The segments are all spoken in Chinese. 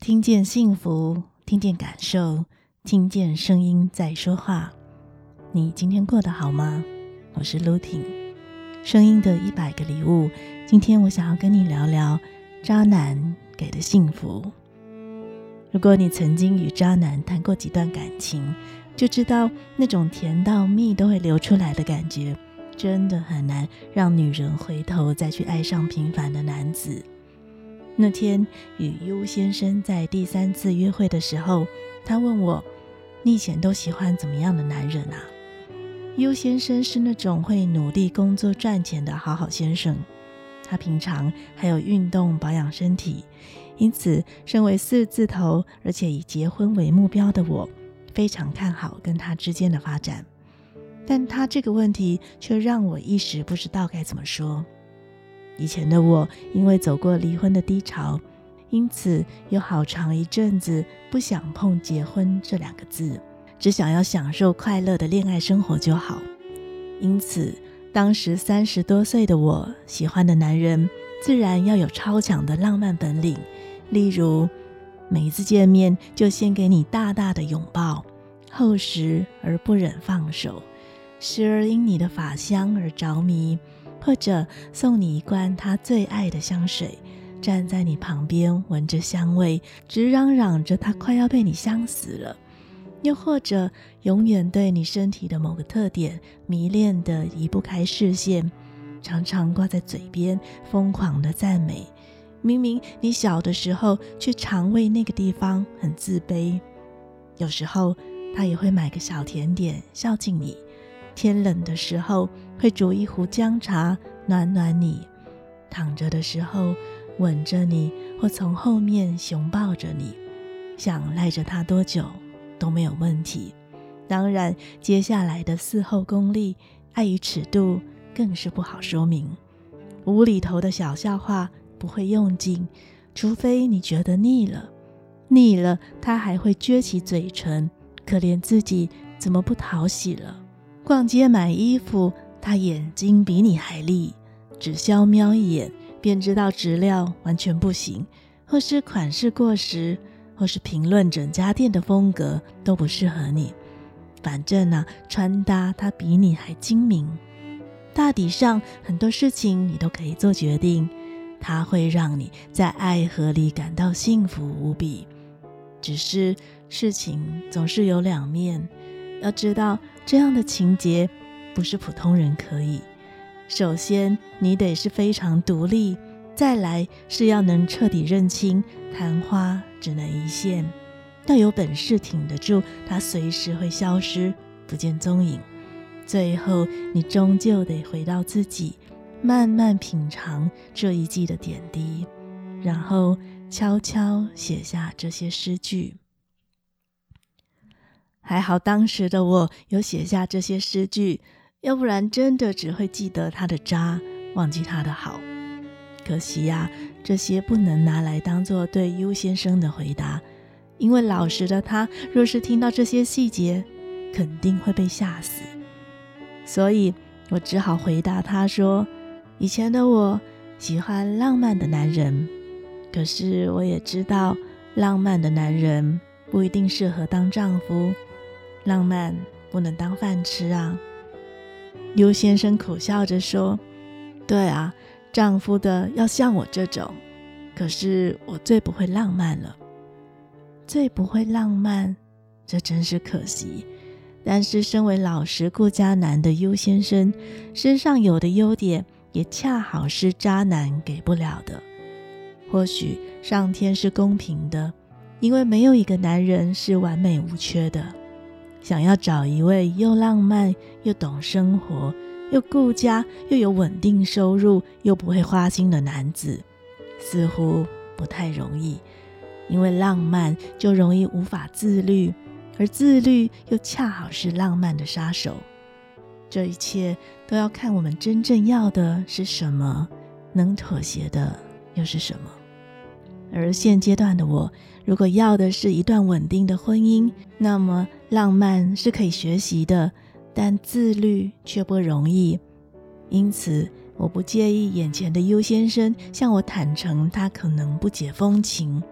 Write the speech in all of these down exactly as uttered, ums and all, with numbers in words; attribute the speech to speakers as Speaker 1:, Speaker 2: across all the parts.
Speaker 1: 听见幸福，听见感受，听见声音在说话。你今天过得好吗？我是陆婷，声音的一百个礼物。今天我想要跟你聊聊渣男给的幸福。如果你曾经与渣男谈过几段感情，就知道那种甜到蜜都会流出来的感觉，真的很难让女人回头再去爱上平凡的男子。那天与 U 先生在第三次约会的时候，他问我，你以前都喜欢怎么样的男人啊？ U 先生是那种会努力工作赚钱的好好先生，他平常还有运动保养身体，因此身为四字头而且以结婚为目标的我，非常看好跟他之间的发展。但他这个问题却让我一时不知道该怎么说。以前的我因为走过离婚的低潮，因此有好长一阵子不想碰结婚这两个字，只想要享受快乐的恋爱生活就好。因此当时三十多岁的我喜欢的男人自然要有超强的浪漫本领，例如每一次见面就先给你大大的拥抱，厚实而不忍放手，时而因你的发香而着迷，或者送你一罐他最爱的香水，站在你旁边闻着香味，直嚷嚷着他快要被你香死了。又或者永远对你身体的某个特点迷恋的移不开视线，常常挂在嘴边疯狂的赞美，明明你小的时候却常为那个地方很自卑。有时候他也会买个小甜点孝敬你，天冷的时候会煮一壶姜茶暖暖你，躺着的时候吻着你，或从后面熊抱着你，想赖着他多久都没有问题。当然接下来的事后功力，爱与尺度更是不好说明。无厘头的小笑话不会用尽，除非你觉得腻了。腻了他还会撅起嘴唇，可怜自己怎么不讨喜了。逛街买衣服，他眼睛比你还利，只消瞄一眼便知道质料完全不行，或是款式过时，或是评论整家店的风格都不适合你。反正啊，穿搭他比你还精明。大抵上很多事情你都可以做决定，他会让你在爱河里感到幸福无比。只是事情总是有两面，要知道这样的情节不是普通人可以。首先你得是非常独立，再来是要能彻底认清昙花只能一现，要有本事挺得住它随时会消失不见踪影。最后你终究得回到自己，慢慢品尝这一季的点滴，然后悄悄写下这些诗句。还好当时的我有写下这些诗句，要不然真的只会记得他的渣，忘记他的好。可惜呀、啊，这些不能拿来当作对 U 先生的回答，因为老实的他若是听到这些细节，肯定会被吓死。所以我只好回答他说，以前的我喜欢浪漫的男人，可是我也知道浪漫的男人不一定适合当丈夫，浪漫不能当饭吃啊。 U 先生苦笑着说，对啊，丈夫的要像我这种，可是我最不会浪漫了。最不会浪漫，这真是可惜。但是身为老实顾家男的 U 先生，身上有的优点也恰好是渣男给不了的。或许上天是公平的，因为没有一个男人是完美无缺的。想要找一位又浪漫又懂生活又顾家又有稳定收入又不会花心的男子，似乎不太容易。因为浪漫就容易无法自律，而自律又恰好是浪漫的杀手。这一切都要看我们真正要的是什么，能妥协的又是什么。而现阶段的我，如果要的是一段稳定的婚姻，那么浪漫是可以学习的，但自律却不容易。因此我不介意眼前的 U 先生向我坦诚他可能不解风情，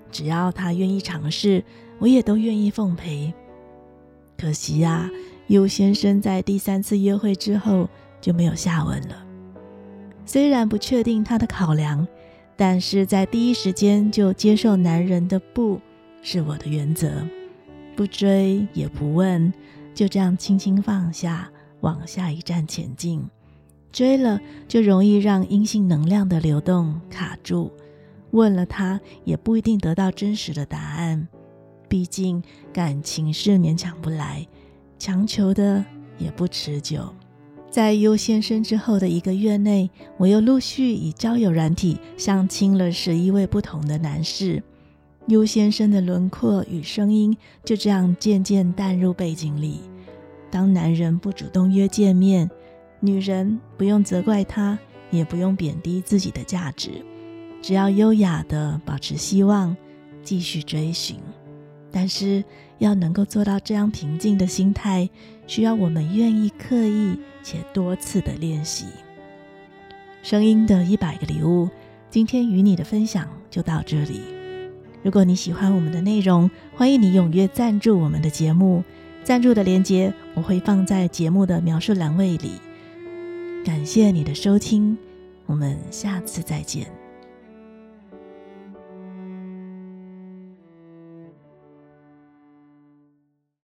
Speaker 1: 只要他愿意尝试，我也都愿意奉陪。可惜啊，U先生在第三次约会之后就没有下文了。虽然不确定他的考量，但是在第一时间就接受男人的不是我的原则，不追也不问，就这样轻轻放下，往下一站前进。追了就容易让阴性能量的流动卡住，问了他也不一定得到真实的答案，毕竟感情是勉强不来，强求的也不持久。在 U 先生之后的一个月内，我又陆续以交友软体相亲了十一位不同的男士。U 先生的轮廓与声音就这样渐渐淡入背景里。当男人不主动约见面，女人不用责怪他，也不用贬低自己的价值，只要优雅地保持希望，继续追寻。但是要能够做到这样平静的心态，需要我们愿意刻意且多次的练习。声音的一百个礼物，今天与你的分享就到这里。如果你喜欢我们的内容，欢迎你踊跃赞助我们的节目，赞助的连结我会放在节目的描述栏位里。感谢你的收听，我们下次再见。